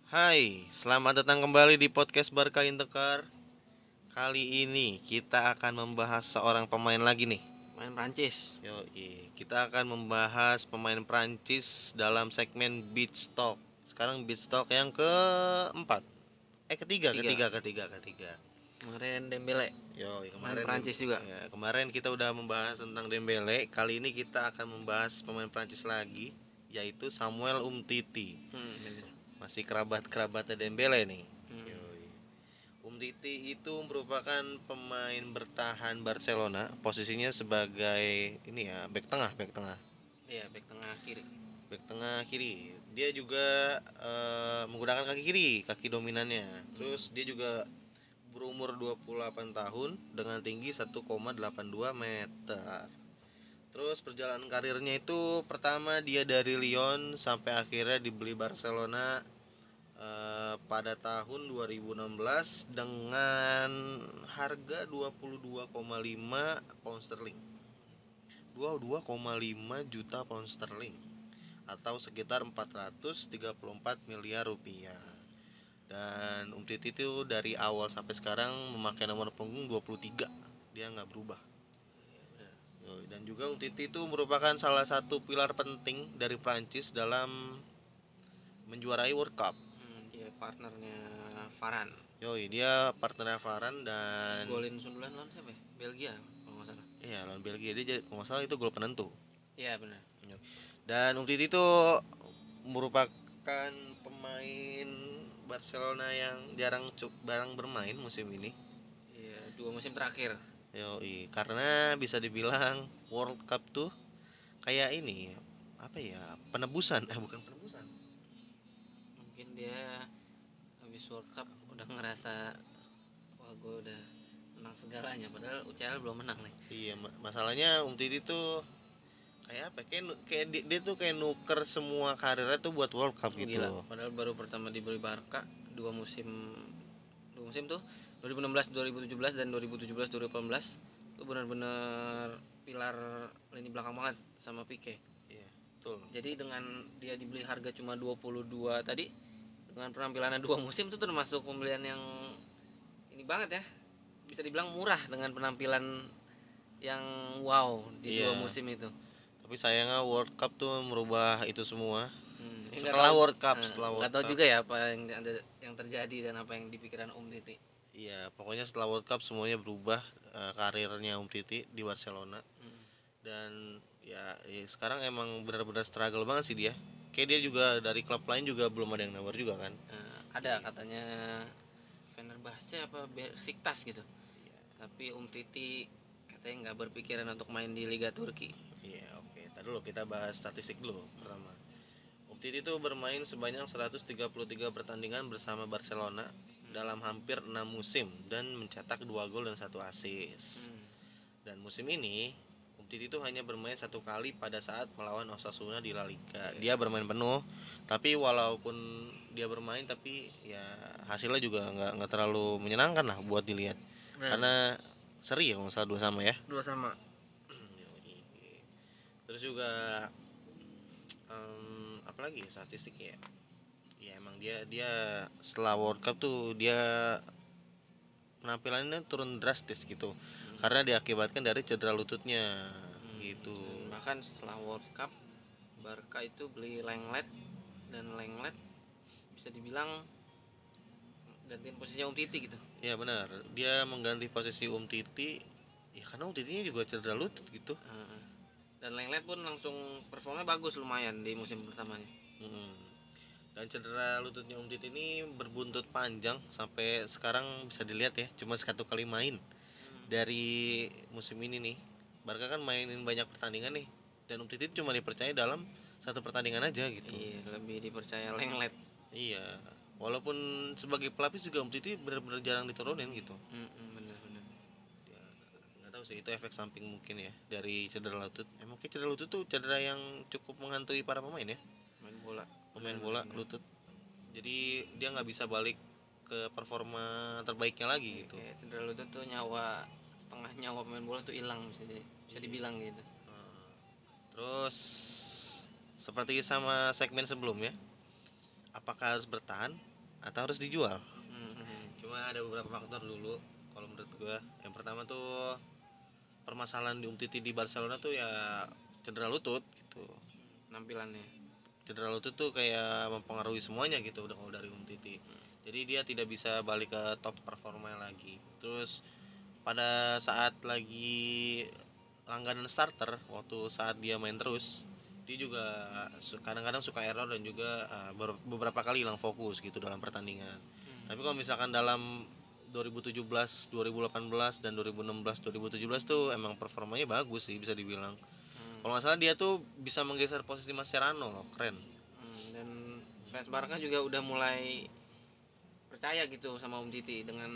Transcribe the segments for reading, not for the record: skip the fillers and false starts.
Hai, selamat datang kembali di podcast Barca Intekar. Kali ini kita akan membahas seorang pemain lagi nih. Main Prancis. Kita akan membahas pemain Prancis dalam segmen Beach Talk. Sekarang Beach Talk yang keempat. Ketiga, Tiga. ketiga. Kemarin Dembele. Main Prancis juga. Kemarin kita udah membahas tentang Dembele. Kali ini kita akan membahas pemain Prancis lagi, yaitu Samuel Umtiti. Bener. Masih kerabatnya Dembele nih. Hmm. Umtiti itu merupakan pemain bertahan Barcelona, posisinya sebagai ini ya, bek tengah. Iya, back tengah kiri. Bek tengah kiri. Dia juga menggunakan kaki kiri, kaki dominannya. Terus dia juga berumur 28 tahun dengan tinggi 1,82 meter. Terus perjalanan karirnya itu pertama dia dari Lyon sampai akhirnya dibeli Barcelona pada tahun 2016 dengan harga 22,5 pound sterling. 22,5 juta pound sterling atau sekitar 434 miliar rupiah. Dan Umtiti itu dari awal sampai sekarang memakai nomor punggung 23. Dia nggak berubah. Dan juga Umtiti itu merupakan salah satu pilar penting dari Prancis dalam menjuarai World Cup. Dia partnernya Varane. Dia partnernya Varane Terus dan golin sundulan lawan siapa ya? Belgia kalau nggak salah. iya lawan Belgia dia kalau nggak salah itu gol penentu. Iya benar. Dan Umtiti itu merupakan pemain Barcelona yang jarang bermain musim ini. Iya, 2 musim terakhir. Karena bisa dibilang World Cup tuh kayak ini apa ya, penebusan bukan penebusan. Mungkin dia habis World Cup udah ngerasa wah gue udah menang segalanya, padahal UCL belum menang nih. Iya, masalahnya Umtiti tuh kayak apa? Kayak dia tuh kayak nuker semua karirnya tuh buat World Cup gitu. Gila, padahal baru pertama dibeli Barca 2 musim tuh 2016 2017 dan 2017 2018 itu benar-benar pilar lini belakang banget sama Pique. Iya, betul. Jadi dengan dia dibeli harga cuma 22 tadi, dengan penampilannya 2 musim itu termasuk pembelian yang ini banget ya. Bisa dibilang murah dengan penampilan yang wow di Iya. 2 musim itu. Tapi sayangnya World Cup tuh merubah itu semua. Setelah World Cup, nggak tahu juga ya apa yang ada yang terjadi dan apa yang dipikiran Titi. Iya, pokoknya setelah World Cup semuanya berubah, karirnya Umtiti di Barcelona. Dan ya sekarang emang benar-benar struggle banget sih dia. Kayak dia juga dari klub lain juga belum ada yang nawar juga kan. Ada katanya Fenerbahce apa Besiktas gitu. Tapi Titi katanya nggak berpikiran untuk main di Liga Turki. Iya, oke. Tadi dulu kita bahas statistik dulu pertama. Umtiti itu bermain sebanyak 133 pertandingan bersama Barcelona dalam hampir 6 musim dan mencetak 2 gol dan 1 assist. Dan musim ini Umtiti itu hanya bermain 1 kali pada saat melawan Osasuna di La Liga. Dia bermain penuh, tapi walaupun dia bermain tapi ya hasilnya juga nggak terlalu menyenangkan lah buat dilihat. Karena seri ya kalau nggak salah 2-2 ya. 2-2. Terus juga apalagi statistik ya. Ya emang dia setelah World Cup tuh dia penampilannya turun drastis gitu. Karena diakibatkan dari cedera lututnya gitu. Bahkan setelah World Cup Barca itu beli Lenglet, dan Lenglet bisa dibilang gantiin posisinya Titi gitu. Iya benar, dia mengganti posisi Umtiti ya karena Umtitinya juga cedera lutut gitu. Dan Lenglet pun langsung performanya bagus lumayan di musim pertamanya. Dan cedera lututnya Umtiti ini berbuntut panjang sampai sekarang bisa dilihat ya, cuma 1 kali main dari musim ini nih. Barca kan mainin banyak pertandingan nih, dan Umtiti cuma dipercaya dalam 1 pertandingan aja gitu. Iya, lebih dipercaya Lenglet. Iya, walaupun sebagai pelapis juga Umtiti benar-benar jarang diturunin gitu. Bener-bener. Ya, nggak tahu sih itu efek samping mungkin ya dari cedera lutut. Emang cedera lutut tuh cedera yang cukup menghantui para pemain ya. Pemain bola lutut. Jadi dia nggak bisa balik ke performa terbaiknya lagi gitu. Kayak cedera lutut tuh setengah nyawa pemain bola tuh hilang, bisa dibilang gitu. Terus seperti sama segmen sebelumnya, apakah harus bertahan atau harus dijual. Hmm. Cuma ada beberapa faktor dulu kalau menurut gua. Yang pertama tuh permasalahan di Umtiti di Barcelona tuh ya cedera lutut gitu. Penampilannya. Cedera lutut tuh kayak mempengaruhi semuanya gitu udah kalau dari Umtiti. Jadi dia tidak bisa balik ke top performa lagi. Terus pada saat lagi langganan starter, waktu saat dia main terus, dia juga kadang-kadang suka error dan juga beberapa kali hilang fokus gitu dalam pertandingan. Tapi kalau misalkan dalam 2017, 2018 dan 2016, 2017 tuh emang performanya bagus sih bisa dibilang. Kalau nggak salah dia tuh bisa menggeser posisi Mascherano loh, keren. Dan fans Barca juga udah mulai percaya gitu sama Titi dengan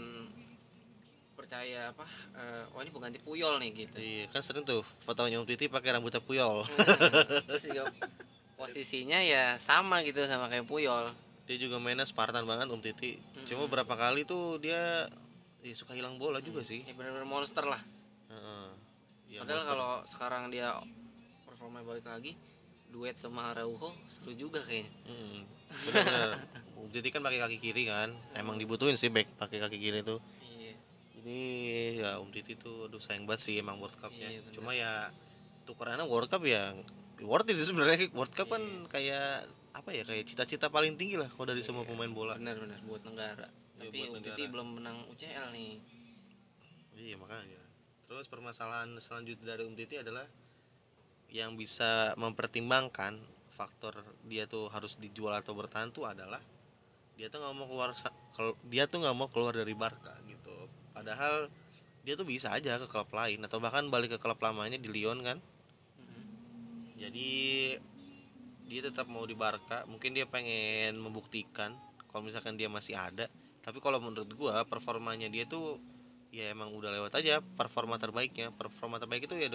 percaya apa oh ini pengganti Puyol nih gitu. Iya, kan sering tuh fotonya Titi pakai rambutnya Puyol. Terus juga posisinya ya sama gitu sama kayak Puyol. Dia juga mainnya Spartan banget Titi. Cuma berapa kali tuh dia suka hilang bola juga sih. Ya benar-benar monster lah. Heeh. Ya, Padahal monster. kalau sekarang dia performa balik lagi duet sama Araujo seru juga kayaknya. Benar-benar. Titi kan pakai kaki kiri kan. Emang dibutuhin sih back pakai kaki kiri tuh. Iya. Jadi ya Titi tuh aduh sayang banget sih emang World Cup ya. Iya, bener. Cuma ya tukerannya World Cup ya worth it sih sebenarnya. World Cup kan kayak apa ya, kayak cita-cita paling tinggi lah kalau dari semua pemain bola. Benar-benar buat negara. Iya, Tapi buat Titi negara. belum menang UCL nih. Iya makanya. Terus permasalahan selanjutnya dari Titi adalah yang bisa mempertimbangkan faktor dia tuh harus dijual atau bertahan tuh adalah dia tuh nggak mau keluar dari Barca gitu. Padahal dia tuh bisa aja ke klub lain atau bahkan balik ke klub lamanya di Lyon kan. Jadi dia tetap mau di Barca, mungkin dia pengen membuktikan kalau misalkan dia masih ada. Tapi kalau menurut gua performanya dia tuh ya emang udah lewat aja performa terbaiknya. Performa terbaik itu ya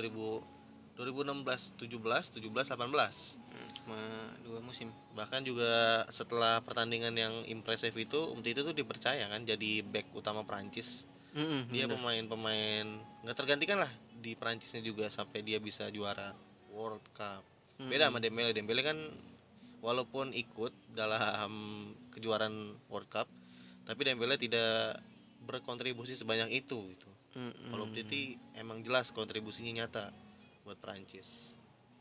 2016, 17, 17, 18. Cuma 2 musim. Bahkan juga setelah pertandingan yang impresif itu Umtiti tuh dipercaya kan jadi back utama Prancis. Dia pemain-pemain nggak tergantikan lah di Prancisnya juga sampai dia bisa juara World Cup. Beda sama Dembele. Dembele kan walaupun ikut dalam kejuaraan World Cup, tapi Dembele tidak berkontribusi sebanyak itu gitu. Kalau Umtiti emang jelas kontribusinya nyata buat Prancis.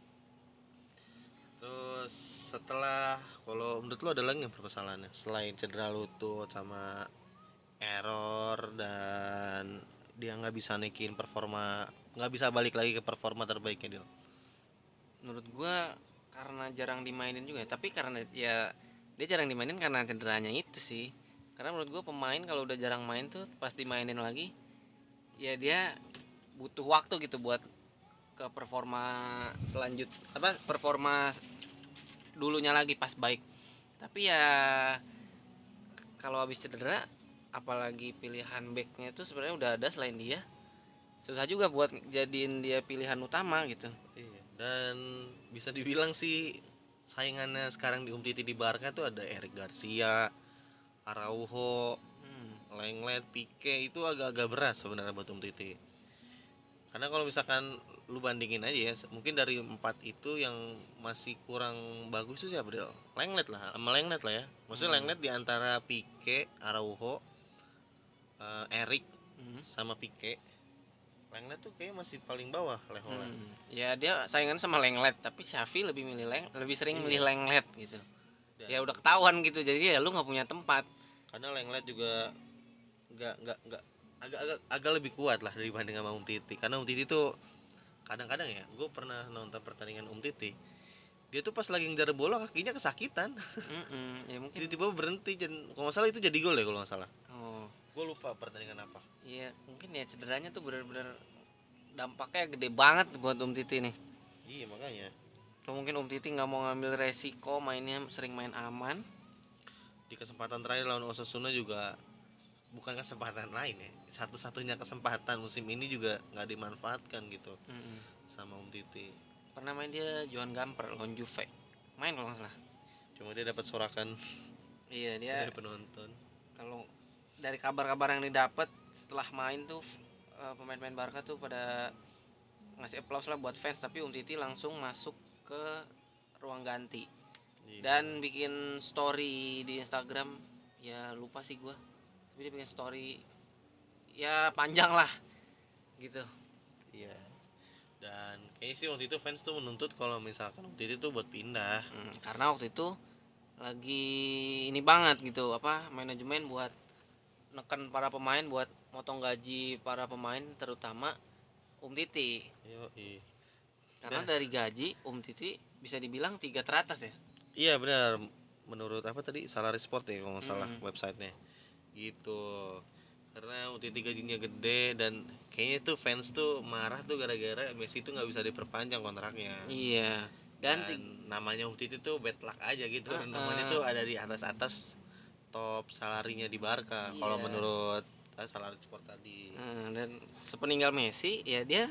Terus setelah kalau menurut lo ada lagi nggak permasalahannya selain cedera lutut sama error dan dia nggak bisa naikin performa, nggak bisa balik lagi ke performa terbaiknya dia? Menurut gua karena jarang dimainin juga, tapi karena ya dia jarang dimainin karena cederanya itu sih. Karena menurut gua pemain kalau udah jarang main tuh pas dimainin lagi ya dia butuh waktu gitu buat ke performa dulunya lagi pas baik. Tapi ya kalau habis cedera apalagi pilihan backnya tuh sebenarnya udah ada selain dia, susah juga buat jadiin dia pilihan utama gitu. Iya. Dan bisa dibilang sih saingannya sekarang di Umtiti di Barca tuh ada Eric Garcia, Araujo, Lenglet, Pique, itu agak-agak berat sebenarnya buat Umtiti. Karena kalau misalkan lu bandingin aja ya, mungkin dari 4 itu yang masih kurang bagus tuh siapa Del? Lenglet lah, sama Lenglet lah ya. Maksudnya Lenglet di antara Pique, Araujo, Eric sama Pique. Lenglet tuh kayaknya masih paling bawah levelnya. Ya dia saingan sama Lenglet, tapi Xavi lebih sering milih Lenglet gitu. Ya udah ketahuan gitu, jadi ya lu nggak punya tempat. Karena Lenglet juga nggak agak lebih kuat lah dibanding sama Umtiti. Karena Umtiti tuh kadang-kadang ya, gue pernah nonton pertandingan Umtiti, dia tuh pas lagi ngejar bola kakinya kesakitan. Ya mungkin. Tiba-tiba berhenti dan kalau nggak salah itu jadi gol ya kalau nggak salah. Oh. Gue lupa pertandingan apa. Iya mungkin ya cederanya tuh benar-benar dampaknya gede banget buat Titi nih. Iya makanya. Atau mungkin Titi nggak mau ngambil resiko, mainnya sering main aman. Di kesempatan terakhir lawan Osasuna juga bukan kesempatan lain ya, satu-satunya kesempatan musim ini juga nggak dimanfaatkan gitu sama Titi. Pernah main dia Johan Gamper lawan Juve, main kalau nggak salah. Cuma dia dapat sorakan iya dia dari penonton. Kalau dari kabar-kabar yang didapat setelah main tuh pemain-pemain Barca tuh pada ngasih applause lah buat fans, tapi Titi langsung masuk ke ruang ganti dan bikin story di Instagram ya lupa sih gua, tapi dia bikin story ya panjang lah gitu. Iya. Dan kayaknya sih waktu itu fans tuh menuntut kalau misalkan waktu itu tuh buat pindah. Karena waktu itu lagi ini banget gitu, apa, manajemen buat neken para pemain buat motong gaji para pemain, terutama Titi. Yoi. Karena Nah, dari gaji Titi bisa dibilang 3 teratas ya. iya benar. Menurut apa tadi Salary Sport ya kalau nggak salah Mm. websitenya. Gitu. Karena UTT gajinya gede dan kayaknya tuh fans tuh marah tuh gara-gara Messi tuh nggak bisa diperpanjang kontraknya. Iya. Dan Dan namanya UTT tuh bad luck aja gitu. Namanya uh, tuh ada di atas-atas top salarinya di Barca kalau iya. menurut Salary Sport tadi. Dan sepeninggal Messi ya dia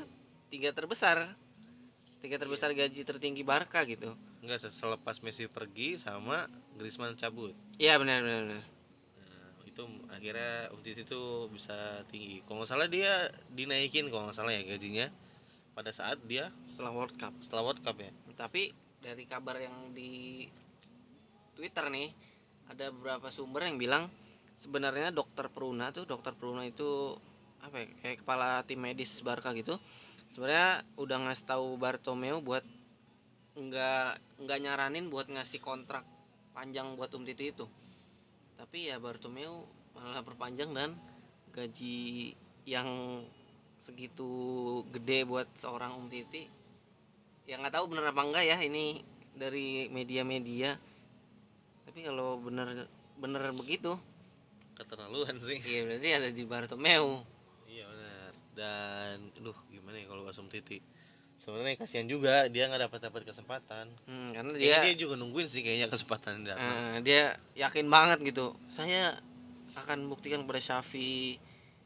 tiga terbesar gaji tertinggi Barca gitu. Enggak, selepas Messi pergi sama Griezmann cabut. Iya, benar benar, benar. Nah, itu akhirnya Umtiti itu bisa tinggi. Kalau nggak salah dia dinaikin kalau nggak salah ya gajinya pada saat dia Setelah World Cup. setelah World Cup ya. Tapi dari kabar yang di Twitter nih, ada beberapa sumber yang bilang sebenarnya dokter Peruna itu apa ya, kayak kepala tim medis Barca gitu, sebenarnya udah ngasih tahu Bartomeu buat nggak nyaranin buat ngasih kontrak panjang buat Titi itu. Tapi ya Bartomeu malah perpanjang, dan gaji yang segitu gede buat seorang Titi ya nggak tahu bener apa enggak ya, ini dari media-media. Tapi kalau bener begitu, Keterlaluan sih. iya berarti ada di Bartomeu. Iya benar. Dan gimana ya kalau bahas Umtiti. Sebenarnya kasihan juga dia nggak dapat kesempatan. Karena Kayaknya dia juga nungguin sih kayaknya kesempatan datang. dia yakin banget gitu, saya akan buktikan kepada Xavi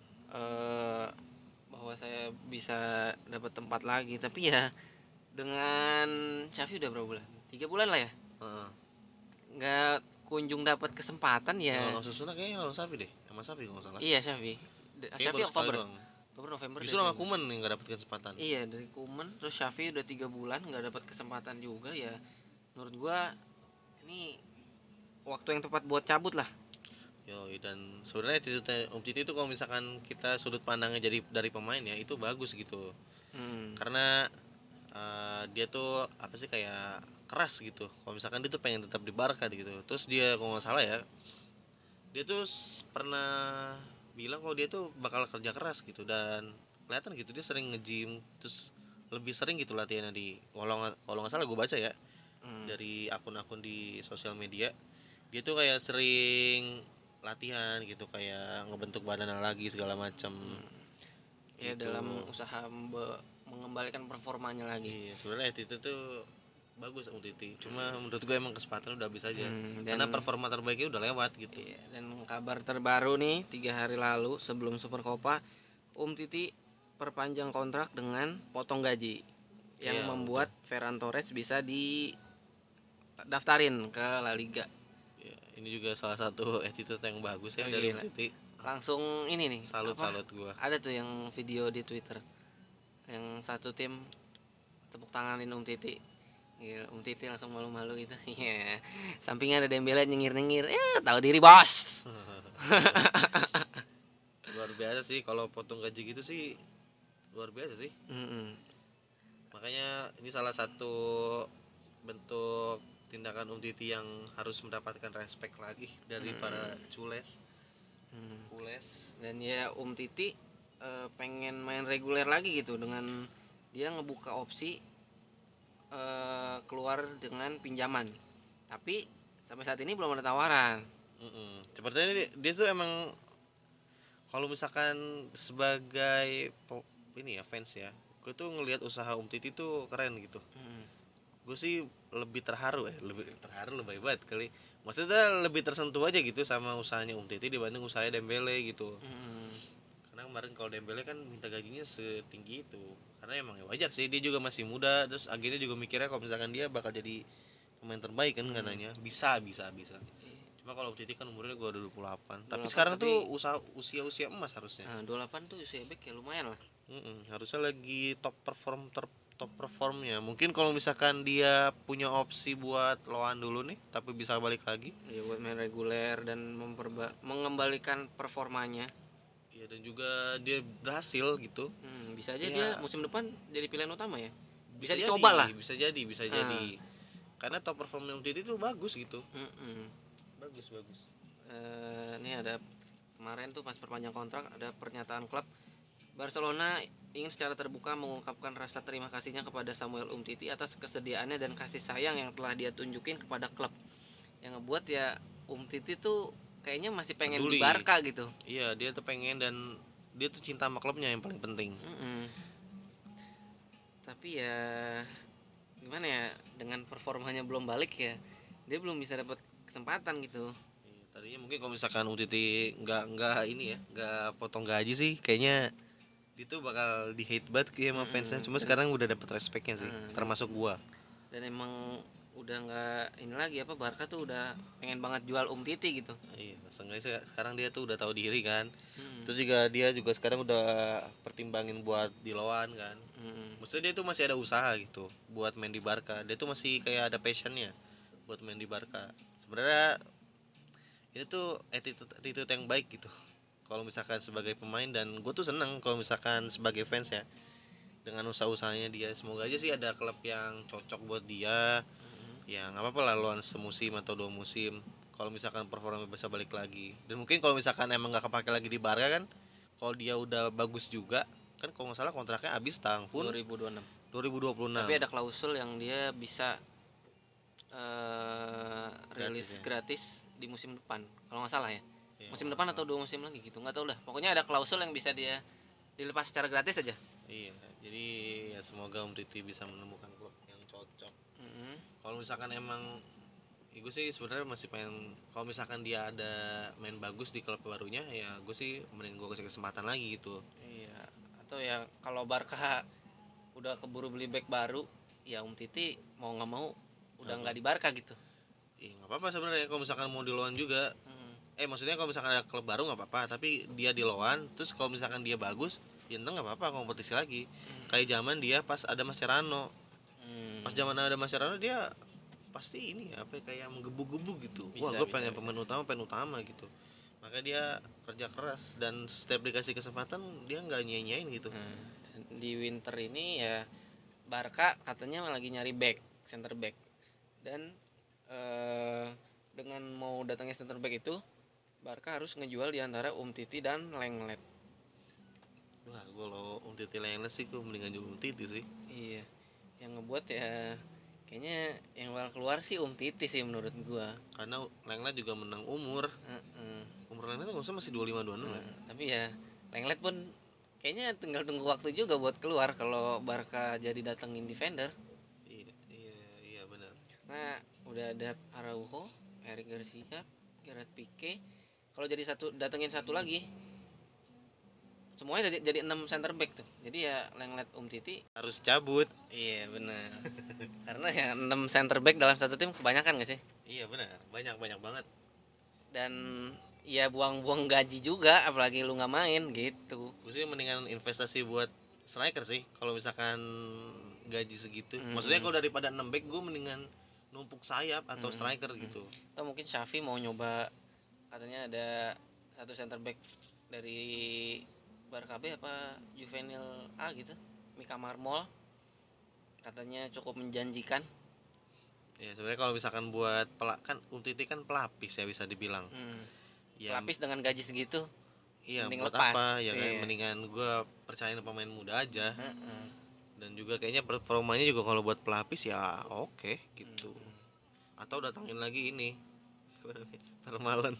bahwa saya bisa dapat tempat lagi. Tapi ya dengan Xavi udah berapa bulan, 3 bulan lah ya, Heeh. nggak kunjung dapat kesempatan ya. Kalau susunnya kayaknya kalau Safi deh, sama Safi kalau nggak salah. Iya, Xavi. Kayaknya Xavi baru sekali Oktober doang. November Justru sama Desember. Kuman yang nggak dapat kesempatan. Iya, dari Kuman, terus Xavi udah 3 bulan nggak dapat kesempatan juga ya. Menurut gua ini waktu yang tepat buat cabut lah. Yo, dan sebenarnya Titi itu kalau misalkan kita sudut pandangnya jadi dari pemain ya itu bagus gitu. Karena dia tuh apa sih kayak keras gitu. Kalau misalkan dia tuh pengen tetap di Barca gitu. Terus dia kalau nggak salah ya, dia tuh pernah bilang kalau dia tuh bakal kerja keras gitu dan kelihatan gitu dia sering nge-gym, terus lebih sering gitu latihannya di kalau nggak salah gue baca ya dari akun-akun di sosial media, dia tuh kayak sering latihan gitu kayak ngebentuk badannya lagi segala macam. Ya Gitu. dalam usaha mengembalikan performanya lagi. Iya, sebenarnya itu tuh bagus Titi. Cuma menurut gue emang kesempatan udah habis aja. Dan Karena performa terbaiknya udah lewat gitu. iya, dan kabar terbaru nih 3 hari lalu sebelum Super Copa, Titi perpanjang kontrak dengan potong gaji yang Iya, membuat Ferran Torres bisa didaftarin ke La Liga. Ya, ini juga salah satu attitude yang bagus ya Oh, dari gila. Titi. Langsung ini nih, Salut apa, salut gua. ada tuh yang video di Twitter yang satu tim tepuk tanganin Titi. Gila, Titi langsung malu-malu gitu. Iya. Sampingnya ada Dembele nyengir-nyengir. Ya, tahu diri, Bos. Luar biasa sih kalau potong gaji gitu sih. Luar biasa sih. Makanya ini salah satu bentuk tindakan Titi yang harus mendapatkan respect lagi dari para cules. Kules. Dan ya Titi pengen main reguler lagi gitu, dengan dia ngebuka opsi keluar dengan pinjaman. Tapi sampai saat ini belum ada tawaran. Sepertinya dia tuh emang kalau misalkan sebagai ini ya fans ya, gue tuh ngelihat usaha Titi tuh keren gitu. Gue sih lebih terharu lebih hebat kali. Maksudnya lebih tersentuh aja gitu sama usahanya Titi dibanding usahanya Dembele gitu. Karena kemarin kalau Dembele kan minta gajinya setinggi itu. Karena emang ya wajar sih, dia juga masih muda, terus akhirnya juga mikirnya kalau misalkan dia bakal jadi pemain terbaik kan katanya. Bisa. Cuma kalau Titi kan umurnya gua udah 28. Tapi sekarang tuh usia emas harusnya. 28 tuh usia back ya lumayan lah. Harusnya lagi top top performnya. Mungkin kalau misalkan dia punya opsi buat loan dulu nih, tapi bisa balik lagi. Ya buat main reguler dan mengembalikan performanya. Ya dan juga dia berhasil gitu. Bisa aja Ya, dia musim depan jadi pilihan utama ya. Bisa jadi, dicoba lah. Bisa jadi. Karena top performnya Umtiti itu bagus gitu. Bagus. Ini ada kemarin tuh pas perpanjang kontrak ada pernyataan klub Barcelona ingin secara terbuka mengungkapkan rasa terima kasihnya kepada Samuel Umtiti atas kesediaannya dan kasih sayang yang telah dia tunjukin kepada klub. Yang ngebuat ya Umtiti tuh kayaknya masih pengen Peduli. di Barca gitu. Iya, dia tuh pengen dan dia tuh cinta sama klubnya yang paling penting. Tapi ya gimana ya, dengan performanya belum balik ya, dia belum bisa dapat kesempatan gitu. Tadinya mungkin kalau misalkan Umtiti nggak ini ya, nggak potong gaji sih, kayaknya dia tuh bakal di hate banget kayak sama fansnya. Cuma sekarang udah dapet respectnya sih, termasuk gua. Dan emang udah nggak ini lagi apa, Barca tuh udah pengen banget jual Umtiti gitu. Iya, seenggaknya sekarang dia tuh udah tahu diri kan. Terus juga dia juga sekarang udah pertimbangin buat di loan kan. Maksudnya dia tuh masih ada usaha gitu buat main di Barca. Dia tuh masih kayak ada passionnya buat main di Barca. Sebenarnya itu tuh attitude yang baik gitu. Kalau misalkan sebagai pemain, dan gue tuh seneng kalau misalkan sebagai fans ya dengan usaha-usahanya dia. Semoga aja sih ada klub yang cocok buat dia. Ya nggak apa-apa lah loan semusim atau 2 musim. Kalau misalkan performa bisa balik lagi. Dan mungkin kalau misalkan emang nggak kepake lagi di Barca kan, kalau dia udah bagus juga kan, kalau nggak salah kontraknya habis tahun 2026. 2026. Tapi ada klausul yang dia bisa rilis gratis di musim depan kalau nggak salah ya. Musim depan atau 2 musim lagi gitu, nggak tahu lah. Pokoknya ada klausul yang bisa dia dilepas secara gratis aja. Iya, jadi ya semoga Umtiti bisa menemukan klub yang cocok. Kalau misalkan emang gue sih sebenarnya masih pengen, kalau misalkan dia ada main bagus di klub barunya, ya gue sih mending gue kasih kesempatan lagi gitu. Iya, atau ya kalau Barca udah keburu beli back baru, ya Umtiti mau nggak mau udah nggak di Barca gitu. Iya nggak apa-apa sebenarnya kalau misalkan mau di loan juga. Maksudnya kalau misalkan ada klub baru nggak apa-apa, tapi dia di loan, terus kalau misalkan dia bagus, ya ntar nggak apa-apa kompetisi lagi. Kayak zaman dia pas ada Mascherano. Pas zaman ada Mascherano dia pasti ini apa kayak menggebu-gebu gitu. Wah, gue pengen pemain utama gitu. Maka dia kerja keras dan setiap dikasih kesempatan dia nggak nyanyain gitu. Di winter ini ya Barca katanya lagi nyari back, center back. Dan dengan mau datangnya center back itu, Barca harus ngejual di antara Umtiti dan Lenglet. Wah, gue lo Umtiti Lenglet sih, gue mendingan jual Umtiti sih. Iya, yang ngebuat ya kayaknya yang bakal keluar sih Umtiti sih menurut gua. Karena Lenglet juga menang umur. Umur Lenglet tuh masih 25-26 ya. Tapi ya Lenglet pun kayaknya tinggal tunggu waktu juga buat keluar kalau Barca jadi datengin defender. Iya benar. Nah, udah ada Araujo, Eric Garcia, Gerard Pique. Kalau jadi datengin satu lagi, semuanya jadi 6 center back tuh. Jadi ya Lenglet, Umtiti harus cabut. Iya benar. Karena ya 6 center back dalam satu tim kebanyakan gak sih? Iya benar, banyak banget. Dan ya buang-buang gaji juga, apalagi lu nggak main gitu. Gue sih mendingan investasi buat striker sih kalau misalkan gaji segitu. Maksudnya kalau daripada 6 back gue mendingan numpuk sayap atau striker gitu. Atau mungkin Xavi mau nyoba, katanya ada satu center back dari Barca B apa Juvenil A gitu, Mika Marmol, katanya cukup menjanjikan. Ya sebenarnya kalau misalkan buat kan Umtiti kan pelapis ya bisa dibilang. Ya, pelapis dengan gaji segitu. Iya, buat lepas. Apa ya kan, mendingan gue percayain pemain muda aja. Dan juga kayaknya performanya juga kalau buat pelapis ya oke gitu. Atau datangin lagi ini Vermaelen.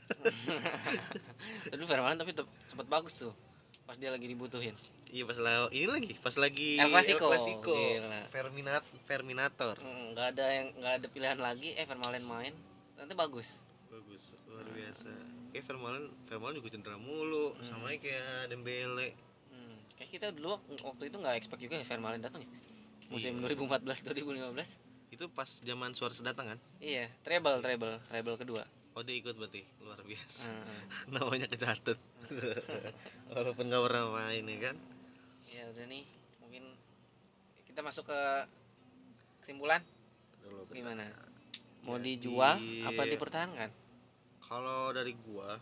Aduh Vermaelen tapi sempat bagus tuh pas dia lagi dibutuhin. Iya pas lagi El Clasico. Verminator. Nggak ada pilihan lagi. Vermaelen main nanti bagus luar biasa. Kayak Vermaelen juga cedera mulu, sama kayak Dembele. Kayak kita dulu waktu itu nggak expect juga ya Vermaelen datang ya, musim 2014-2015. Itu pas zaman Suarez datang kan? Iya, treble kedua. Oh dia ikut berarti, luar biasa. Namanya kecatat. Walaupun gak pernah main ya kan. Ya udah nih, mungkin kita masuk ke kesimpulan. Dulu, bentar. Gimana? Mau Jadi, dijual apa dipertahankan? Kalau dari gua,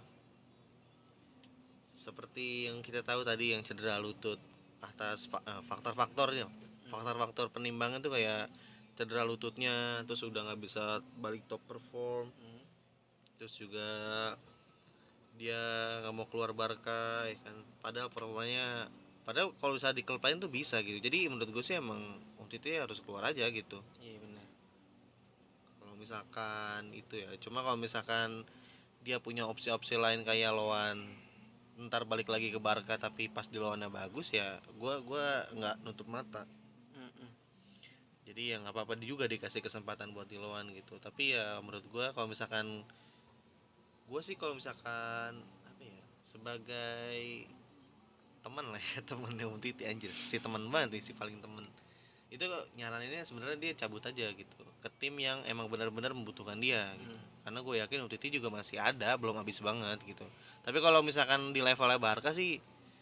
seperti yang kita tahu tadi, yang cedera lutut, atas faktor-faktornya, faktor-faktor penimbangan tuh kayak cedera lututnya, terus udah nggak bisa balik top perform, terus juga dia nggak mau keluar Barca ya kan, padahal kalau bisa di klub lain tuh bisa gitu. Jadi menurut gue sih emang Umtiti harus keluar aja gitu Iya benar. kalau misalkan itu ya. Cuma kalau misalkan dia punya opsi-opsi lain kayak lawan ntar balik lagi ke Barca tapi pas di lawannya bagus, ya gua nggak nutup mata. Mm-mm. Jadi yang apa-apa juga dikasih kesempatan buat di lawan gitu. Tapi ya menurut gua kalau misalkan kalau misalkan apa ya, sebagai teman lah ya, temennya Umtiti, anjir si teman banget nih, si paling temen itu, nyaraninnya sebenarnya dia cabut aja gitu ke tim yang emang benar-benar membutuhkan dia gitu. Karena gue yakin Umtiti juga masih ada, belum habis banget gitu. Tapi kalau misalkan di levelnya Barca sih,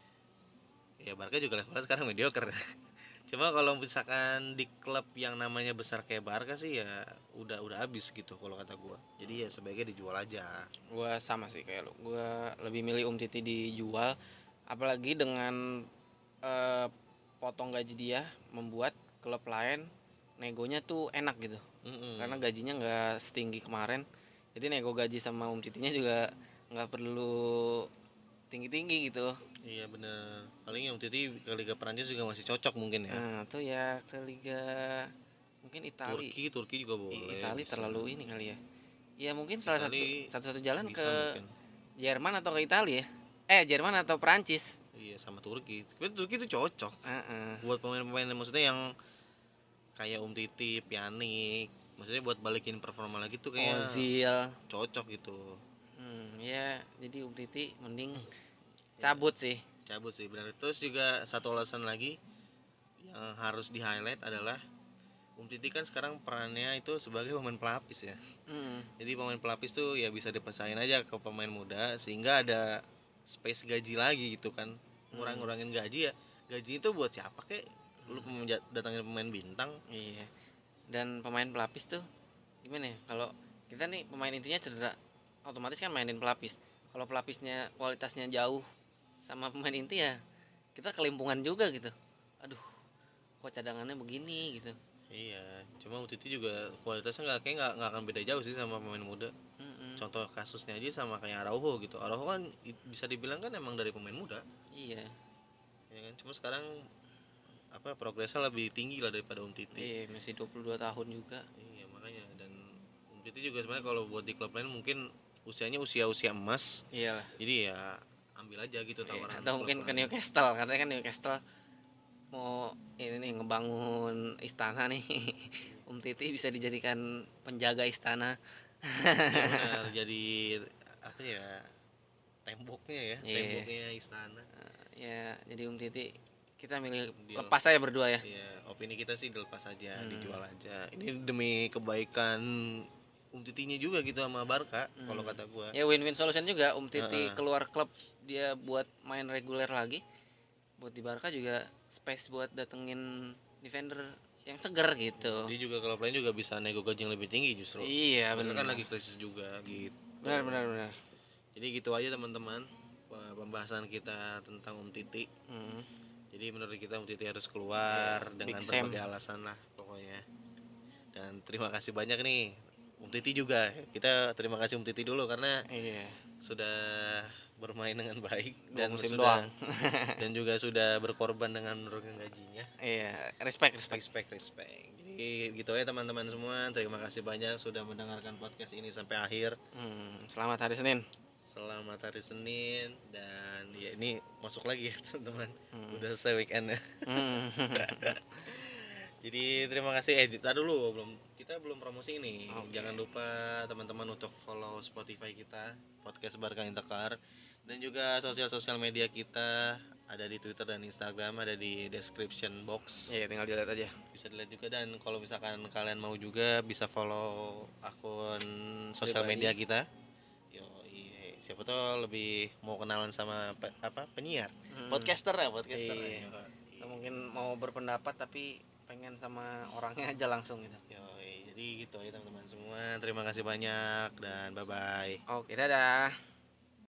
ya Barca juga levelnya sekarang mediocre. Cuma kalau misalkan di klub yang namanya besar kayak Barca sih, ya udah habis gitu kalau kata gue. Jadi ya sebaiknya dijual aja. Gua sama sih kayak lu. Gua lebih milih Umtiti dijual, apalagi dengan eh, potong gaji dia membuat klub lain negonya tuh enak gitu. Karena gajinya nggak setinggi kemarin. Jadi nego gaji sama Umtitinya juga nggak perlu tinggi-tinggi gitu. Iya bener, paling yang Umtiti ke Liga Perancis juga masih cocok mungkin ya. Nah, tuh ya ke Liga mungkin Itali. Turki juga boleh, Itali bisa. terlalu ini kali ya. Ya mungkin salah Itali satu jalan bisa ke mungkin. Jerman atau ke Italia ya. Jerman atau Perancis. Iya sama Turki. Tapi Turki itu cocok Heeh. buat pemain-pemain maksudnya yang kayak Umtiti, Pjanic. Maksudnya buat balikin performa lagi tuh kayak Ozil. cocok gitu. Ya jadi Umtiti mending cabut sih. Cabut sih benar. Terus juga satu alasan lagi yang harus di highlight adalah Umtiti kan sekarang perannya itu sebagai pemain pelapis ya. Hmm. Jadi pemain pelapis tuh ya bisa dipesain aja ke pemain muda sehingga ada space gaji lagi gitu kan. Ngurangin gaji ya. Gaji itu buat siapa kek? Lu datangin pemain bintang. Iya. Dan pemain pelapis tuh gimana ya? Kalau kita nih pemain intinya cedera, otomatis kan mainin pelapis. Kalau pelapisnya kualitasnya jauh sama pemain inti ya kita kelimpungan juga gitu. Aduh, kok cadangannya begini gitu. Iya, cuma Umtiti juga kualitasnya nggak akan beda jauh sih sama pemain muda. Mm-mm. Contoh kasusnya aja sama kayak Araujo gitu. Araujo kan bisa dibilang kan emang dari pemain muda, Iya. ya kan. Cuma sekarang apa progresnya lebih tinggi lah daripada Umtiti. Iya, masih 22 tahun juga. Iya makanya, dan Umtiti juga sebenarnya kalau buat di klub lain mungkin usianya usia emas. Iyalah. Jadi ya ambil aja gitu Iya, tawaran atau klub mungkin ke lain. Newcastle, katanya kan Newcastle mau ini nih ngebangun istana nih. Titi bisa dijadikan penjaga istana. Iya benar, jadi apa ya, temboknya ya, Iya. temboknya istana. Ya, jadi Titi kita milih Deal. lepas saya berdua ya. Iya, opini kita sih dilepas aja, dijual aja. Ini demi kebaikan Umtitinya juga gitu sama Barca kalau kata gua. Ya win-win solution juga Titi Heeh. keluar klub dia buat main reguler lagi. Buat di Barca juga space buat datengin defender yang seger gitu. Dia juga kalau lain juga bisa nego gaji yang lebih tinggi justru. Iya, Bener benar. kan lagi krisis juga gitu. Benar. Jadi gitu aja teman-teman pembahasan kita tentang Umtiti. Hmm. Jadi menurut kita Umtiti harus keluar dengan Big Sam. berbagai alasan lah pokoknya. Dan terima kasih banyak nih Umtiti juga. Kita terima kasih Umtiti dulu karena Iya. sudah bermain dengan baik Dua dan musim sudah doang. dan juga sudah berkorban dengan menurunkan gajinya. Iya, respect. Respect. Jadi gitu ya teman-teman semua. Terima kasih banyak sudah mendengarkan podcast ini sampai akhir. Selamat hari Senin. Selamat hari Senin, dan ya ini masuk lagi ya teman-teman. Udah selesai weekend ya. Jadi terima kasih. Dulu kita belum promosi ini. Oke. Jangan lupa teman-teman untuk follow Spotify kita, podcast Barca Intekar, dan juga sosial media kita ada di Twitter dan Instagram, ada di description box. Iya, tinggal dilihat aja. Bisa dilihat juga, dan kalau misalkan kalian mau juga bisa follow akun sosial Pribadi. media kita. Siapa tahu lebih mau kenalan sama penyiar, podcaster. Iya. Atau mungkin mau berpendapat tapi pengen sama orangnya aja langsung gitu. Yoi, jadi gitu ya teman-teman semua. Terima kasih banyak dan bye bye. Oke, dadah.